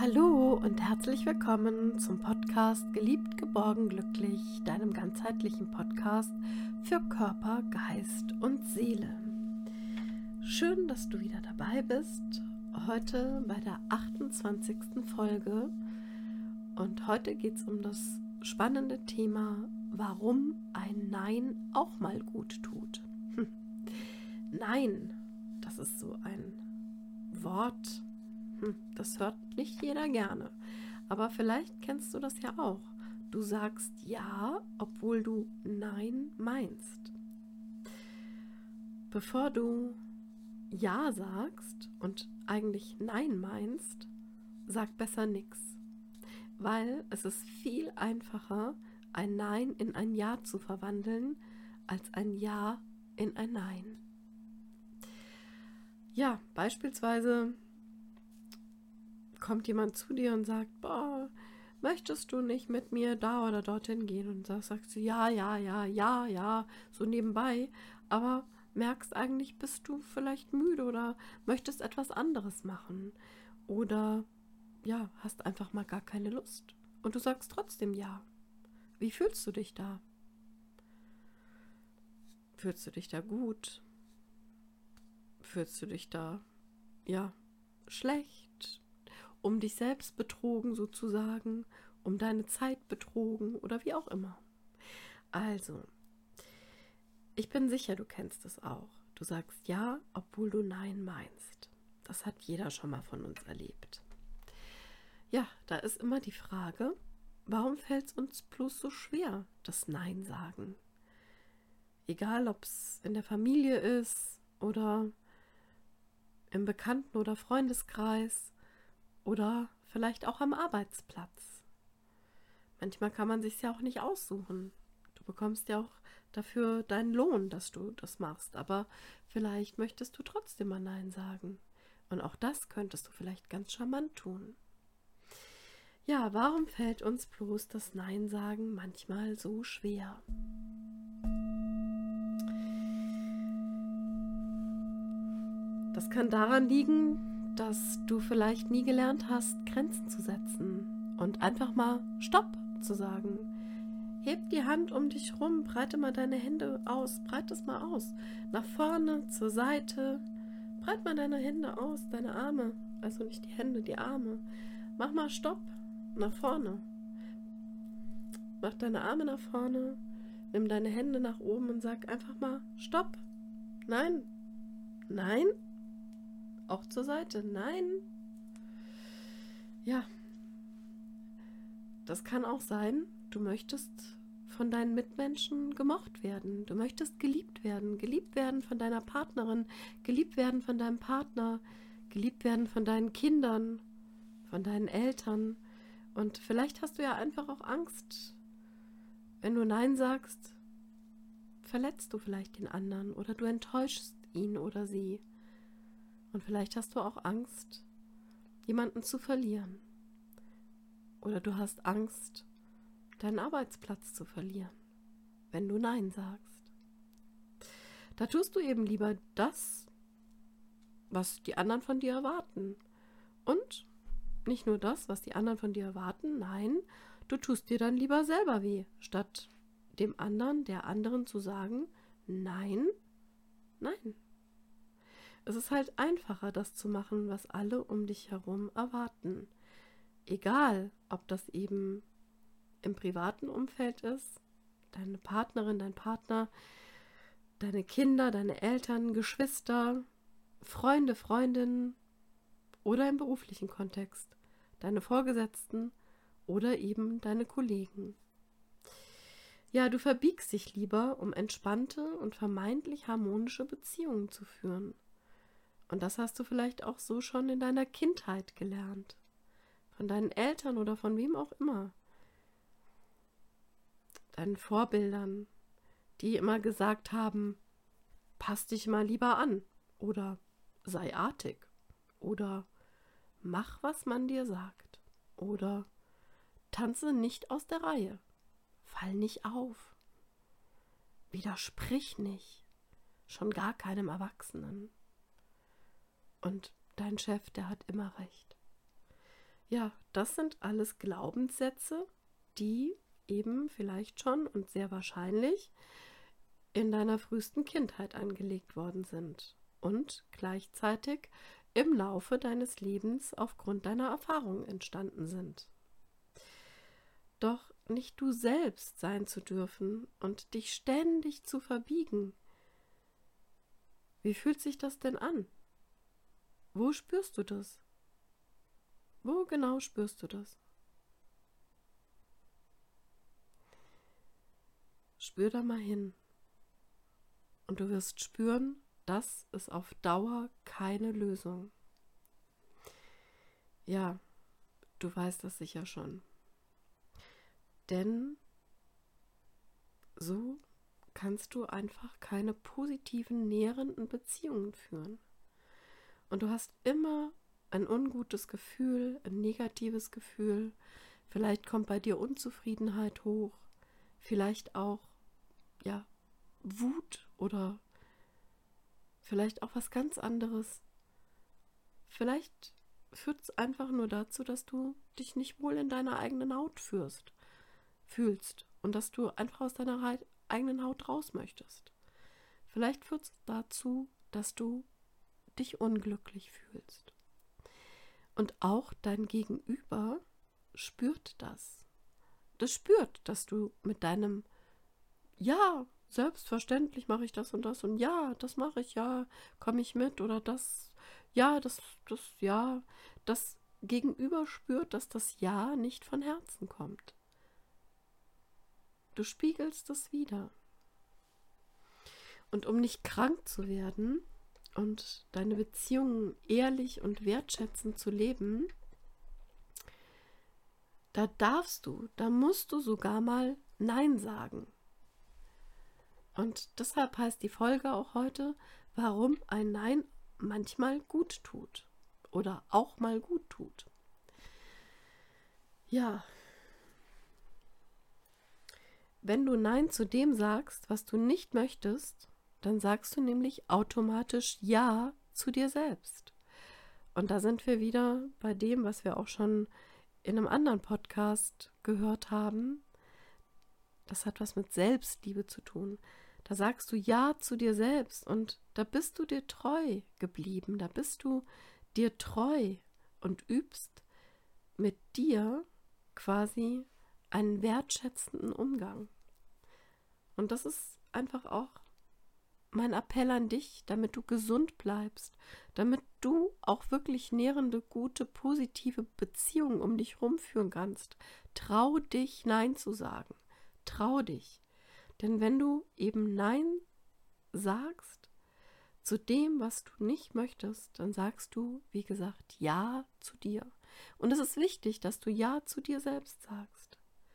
Hallo und herzlich willkommen zum Podcast Geliebt, geborgen, glücklich, deinem ganzheitlichen Podcast für Körper, Geist und Seele. Schön, dass du wieder dabei bist, heute bei der 28. Folge, und heute geht es um das spannende Thema, warum ein Nein auch mal gut tut. Nein, das ist so ein Wort, das hört nicht jeder gerne, aber vielleicht kennst du das ja auch. Du sagst Ja, obwohl du Nein meinst. Bevor du Ja sagst und eigentlich Nein meinst, sag besser nichts, weil es ist viel einfacher, ein Nein in ein Ja zu verwandeln, als ein Ja in ein Nein. Ja, beispielsweise kommt jemand zu dir und sagt, boah, möchtest du nicht mit mir da oder dorthin gehen? Und da sagst du ja, so nebenbei, aber merkst eigentlich, bist du vielleicht müde oder möchtest etwas anderes machen oder ja, hast einfach mal gar keine Lust und du sagst trotzdem ja. Wie fühlst du dich da? Fühlst du dich da gut? Fühlst du dich da, ja, schlecht? Um dich selbst betrogen sozusagen, um deine Zeit betrogen oder wie auch immer. Also, ich bin sicher, du kennst es auch. Du sagst ja, obwohl du Nein meinst. Das hat jeder schon mal von uns erlebt. Ja, da ist immer die Frage, warum fällt es uns bloß so schwer, das Nein sagen? Egal, ob es in der Familie ist oder im Bekannten- oder Freundeskreis oder vielleicht auch am Arbeitsplatz. Manchmal kann man sich ja auch nicht aussuchen. Du bekommst ja auch dafür deinen Lohn, dass du das machst. Aber vielleicht möchtest du trotzdem mal Nein sagen. Und auch das könntest du vielleicht ganz charmant tun. Ja, warum fällt uns bloß das Nein sagen manchmal so schwer? Das kann daran liegen, dass du vielleicht nie gelernt hast, Grenzen zu setzen und einfach mal Stopp zu sagen. Heb die Hand um dich rum, breite mal deine Hände aus, breite es mal aus. Nach vorne, zur Seite. Breite mal deine Hände aus, deine Arme. Also nicht die Hände, die Arme. Mach mal Stopp, nach vorne. Mach deine Arme nach vorne, nimm deine Hände nach oben und sag einfach mal Stopp. Nein. Nein. Auch zur Seite. Nein. Ja. Das kann auch sein, du möchtest von deinen Mitmenschen gemocht werden. Du möchtest geliebt werden von deiner Partnerin, geliebt werden von deinem Partner, geliebt werden von deinen Kindern, von deinen Eltern. Und vielleicht hast du ja einfach auch Angst, wenn du Nein sagst, verletzt du vielleicht den anderen oder du enttäuschst ihn oder sie. Und vielleicht hast du auch Angst, jemanden zu verlieren. Oder du hast Angst, deinen Arbeitsplatz zu verlieren, wenn du Nein sagst. Da tust du eben lieber das, was die anderen von dir erwarten. Und nicht nur das, was die anderen von dir erwarten, nein, du tust dir dann lieber selber weh, statt dem anderen, der anderen zu sagen, nein, nein. Es ist halt einfacher, das zu machen, was alle um dich herum erwarten. Egal, ob das eben im privaten Umfeld ist, deine Partnerin, dein Partner, deine Kinder, deine Eltern, Geschwister, Freunde, Freundinnen oder im beruflichen Kontext, deine Vorgesetzten oder eben deine Kollegen. Ja, du verbiegst dich lieber, um entspannte und vermeintlich harmonische Beziehungen zu führen. Und das hast du vielleicht auch so schon in deiner Kindheit gelernt. Von deinen Eltern oder von wem auch immer. Deinen Vorbildern, die immer gesagt haben, pass dich mal lieber an oder sei artig oder mach, was man dir sagt oder tanze nicht aus der Reihe, fall nicht auf, widersprich nicht, schon gar keinem Erwachsenen. Und dein Chef, der hat immer recht. Ja, das sind alles Glaubenssätze, die eben vielleicht schon und sehr wahrscheinlich in deiner frühesten Kindheit angelegt worden sind und gleichzeitig im Laufe deines Lebens aufgrund deiner Erfahrungen entstanden sind. Doch nicht du selbst sein zu dürfen und dich ständig zu verbiegen. Wie fühlt sich das denn an? Wo spürst du das? Wo genau spürst du das? Spür da mal hin. Und du wirst spüren, das ist auf Dauer keine Lösung. Ja, du weißt das sicher schon. Denn so kannst du einfach keine positiven, nährenden Beziehungen führen. Und du hast immer ein ungutes Gefühl, ein negatives Gefühl. Vielleicht kommt bei dir Unzufriedenheit hoch. Vielleicht auch, ja, Wut oder vielleicht auch was ganz anderes. Vielleicht führt es einfach nur dazu, dass du dich nicht wohl in deiner eigenen Haut fühlst und dass du einfach aus deiner eigenen Haut raus möchtest. Vielleicht führt es dazu, dass du dich unglücklich fühlst. Und auch dein Gegenüber spürt das. Das spürt, dass du mit deinem Ja, selbstverständlich mache ich das und ja, das mache ich, ja, komme ich mit oder das, ja, ja, das Gegenüber spürt, dass das Ja nicht von Herzen kommt. Du spiegelst es wider. Und um nicht krank zu werden und deine Beziehungen ehrlich und wertschätzend zu leben, da musst du sogar mal Nein sagen. Und deshalb heißt die Folge auch heute, warum ein Nein manchmal gut tut oder auch mal gut tut. Ja, wenn du Nein zu dem sagst, was du nicht möchtest, dann sagst du nämlich automatisch Ja zu dir selbst. Und da sind wir wieder bei dem, was wir auch schon in einem anderen Podcast gehört haben. Das hat was mit Selbstliebe zu tun. Da sagst du Ja zu dir selbst und da bist du dir treu geblieben. Da bist du dir treu und übst mit dir quasi einen wertschätzenden Umgang. Und das ist einfach auch mein Appell an dich, damit du gesund bleibst, damit du auch wirklich nährende, gute, positive Beziehungen um dich rumführen kannst. Trau dich, Nein zu sagen. Trau dich. Denn wenn du eben Nein sagst zu dem, was du nicht möchtest, dann sagst du, wie gesagt, Ja zu dir. Und es ist wichtig, dass du Ja zu dir selbst sagst.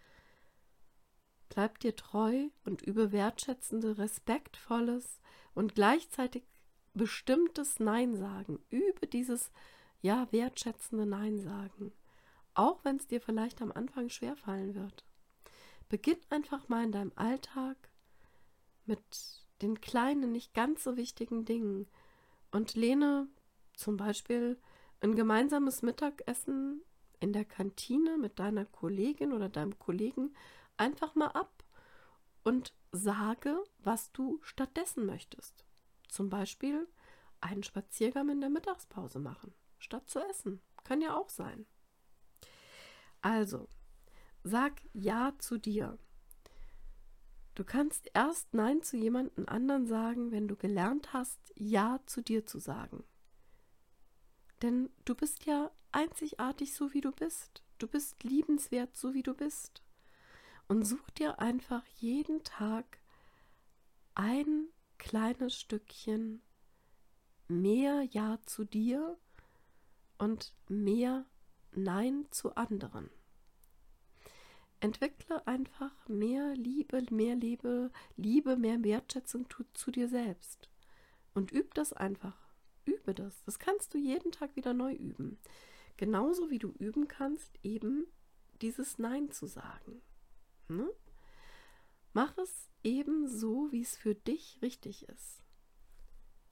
Bleib dir treu und übe wertschätzende, respektvolles und gleichzeitig bestimmtes Nein sagen. Übe dieses, ja, wertschätzende Nein sagen. Auch wenn es dir vielleicht am Anfang schwerfallen wird. Beginn einfach mal in deinem Alltag mit den kleinen, nicht ganz so wichtigen Dingen und lehne zum Beispiel ein gemeinsames Mittagessen in der Kantine mit deiner Kollegin oder deinem Kollegen einfach mal ab und sage, was du stattdessen möchtest. Zum Beispiel einen Spaziergang in der Mittagspause machen, statt zu essen. Kann ja auch sein. Also, sag Ja zu dir. Du kannst erst Nein zu jemandem anderen sagen, wenn du gelernt hast, Ja zu dir zu sagen. Denn du bist ja einzigartig, so wie du bist. Du bist liebenswert, so wie du bist. Und such dir einfach jeden Tag ein kleines Stückchen mehr Ja zu dir und mehr Nein zu anderen. Entwickle einfach mehr Liebe, mehr Wertschätzung zu dir selbst. Und üb das einfach. Übe das. Das kannst du jeden Tag wieder neu üben. Genauso wie du üben kannst, eben dieses Nein zu sagen. Ne? Mach es eben so, wie es für dich richtig ist.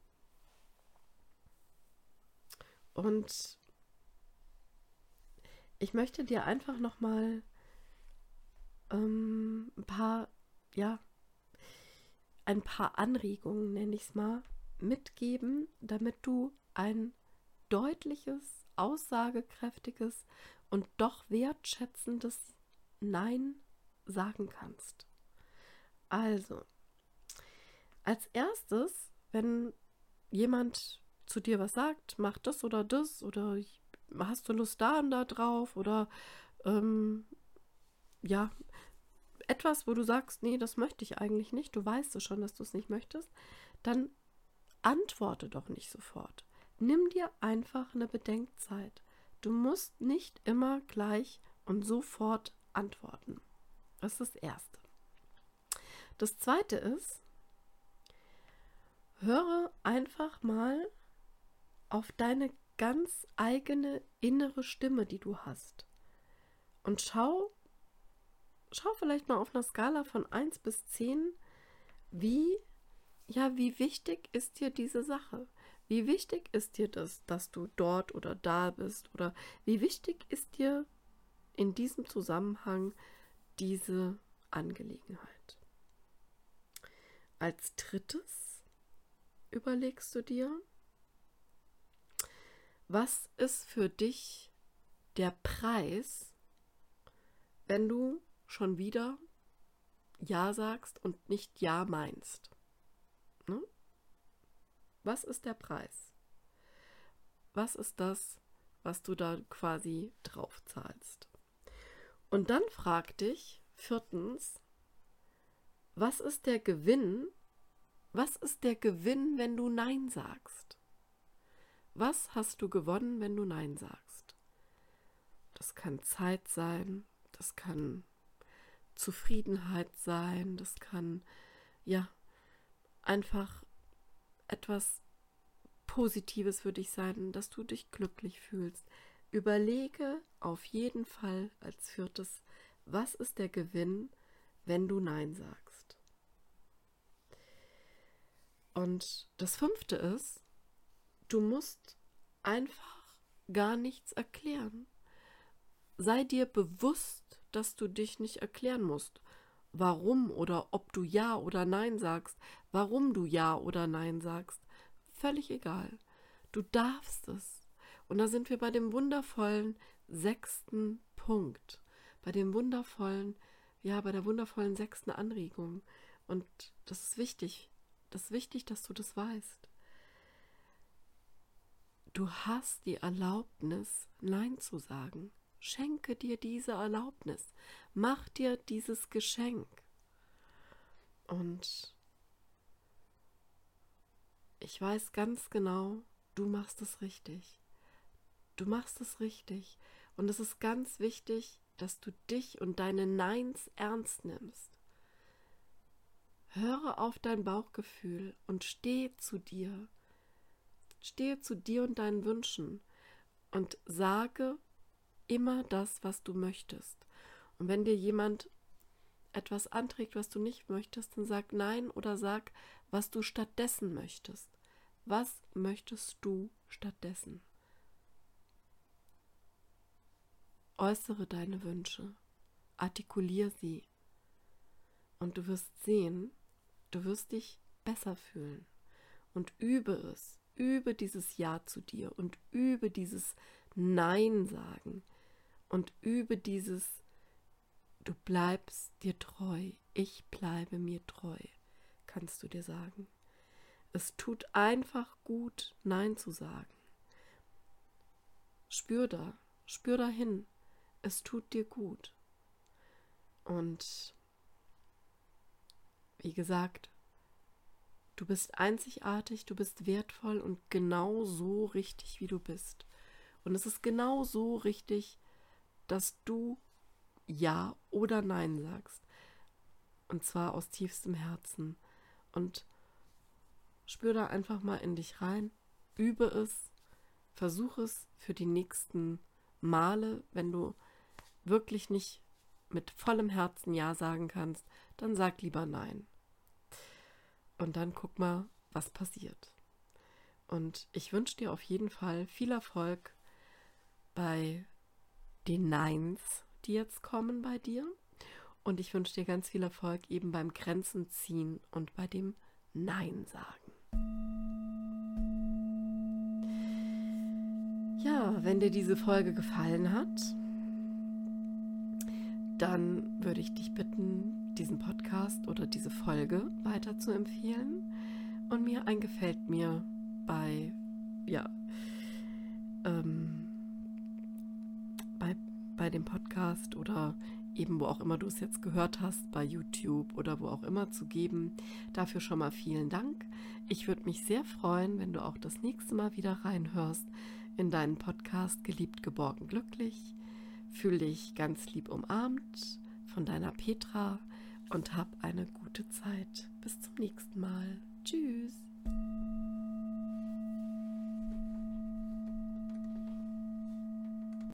Und Ich möchte dir einfach nochmal ein paar, ja, ein paar Anregungen, nenne ich es mal, mitgeben, damit du ein deutliches, aussagekräftiges und doch wertschätzendes Nein sagen kannst. Also, als erstes, wenn jemand zu dir was sagt, mach das oder hast du Lust da und da drauf oder ja, etwas, wo du sagst, nee, das möchte ich eigentlich nicht, du weißt es schon, dass du es nicht möchtest, dann antworte doch nicht sofort. Nimm dir einfach eine Bedenkzeit. Du musst nicht immer gleich und sofort antworten. Das ist das Erste. Das Zweite ist, höre einfach mal auf deine ganz eigene innere Stimme, die du hast. Und schau vielleicht mal auf einer Skala von 1 bis 10, wie wichtig ist dir diese Sache? Wie wichtig ist dir das, dass du dort oder da bist? Oder wie wichtig ist dir in diesem Zusammenhang diese Angelegenheit? Als drittes überlegst du dir, was ist für dich der Preis, wenn du schon wieder Ja sagst und nicht Ja meinst? Ne? Was ist der Preis? Was ist das, was du da quasi drauf zahlst? Und dann frag dich, viertens, was ist der Gewinn? Was ist der Gewinn, wenn du Nein sagst? Was hast du gewonnen, wenn du Nein sagst? Das kann Zeit sein, das kann Zufriedenheit sein, das kann einfach etwas Positives für dich sein, dass du dich glücklich fühlst. Überlege auf jeden Fall als viertes, was ist der Gewinn, wenn du Nein sagst? Und das fünfte ist, du musst einfach gar nichts erklären. Sei dir bewusst, dass du dich nicht erklären musst, warum oder ob du Ja oder Nein sagst, warum du Ja oder Nein sagst. Völlig egal. Du darfst es. Und da sind wir bei dem wundervollen 6. Punkt. Bei dem wundervollen, bei der wundervollen 6. Anregung. Und das ist wichtig. Das ist wichtig, dass du das weißt. Du hast die Erlaubnis, Nein zu sagen. Schenke dir diese Erlaubnis. Mach dir dieses Geschenk. Und ich weiß ganz genau, du machst es richtig. Du machst es richtig. Und es ist ganz wichtig, dass du dich und deine Neins ernst nimmst. Höre auf dein Bauchgefühl und stehe zu dir. Stehe zu dir und deinen Wünschen und sage immer das, was du möchtest. Und wenn dir jemand etwas anträgt, was du nicht möchtest, dann sag Nein oder sag, was du stattdessen möchtest. Was möchtest du stattdessen? Äußere deine Wünsche, artikuliere sie und du wirst sehen, du wirst dich besser fühlen und übe es, übe dieses Ja zu dir und übe dieses Nein sagen und übe dieses du bleibst dir treu, ich bleibe mir treu, kannst du dir sagen. Es tut einfach gut, Nein zu sagen. Spür dahin, es tut dir gut. Und wie gesagt, du bist einzigartig, du bist wertvoll und genau so richtig, wie du bist. Und es ist genau so richtig, dass du Ja oder Nein sagst. Und zwar aus tiefstem Herzen. Und spür da einfach mal in dich rein, übe es, versuche es für die nächsten Male, wenn du wirklich nicht mit vollem Herzen Ja sagen kannst, dann sag lieber Nein. Und dann guck mal, was passiert. Und ich wünsche dir auf jeden Fall viel Erfolg bei die Neins, die jetzt kommen bei dir. Und ich wünsche dir ganz viel Erfolg eben beim Grenzen ziehen und bei dem Nein sagen. Ja, wenn dir diese Folge gefallen hat, dann würde ich dich bitten, diesen Podcast oder diese Folge weiter zu empfehlen und mir ein Gefällt mir bei, bei dem Podcast oder eben wo auch immer du es jetzt gehört hast, bei YouTube oder wo auch immer zu geben. Dafür schon mal vielen Dank. Ich würde mich sehr freuen, wenn du auch das nächste Mal wieder reinhörst in deinen Podcast Geliebt, geborgen, glücklich. Fühl dich ganz lieb umarmt von deiner Petra und hab eine gute Zeit. Bis zum nächsten Mal. Tschüss.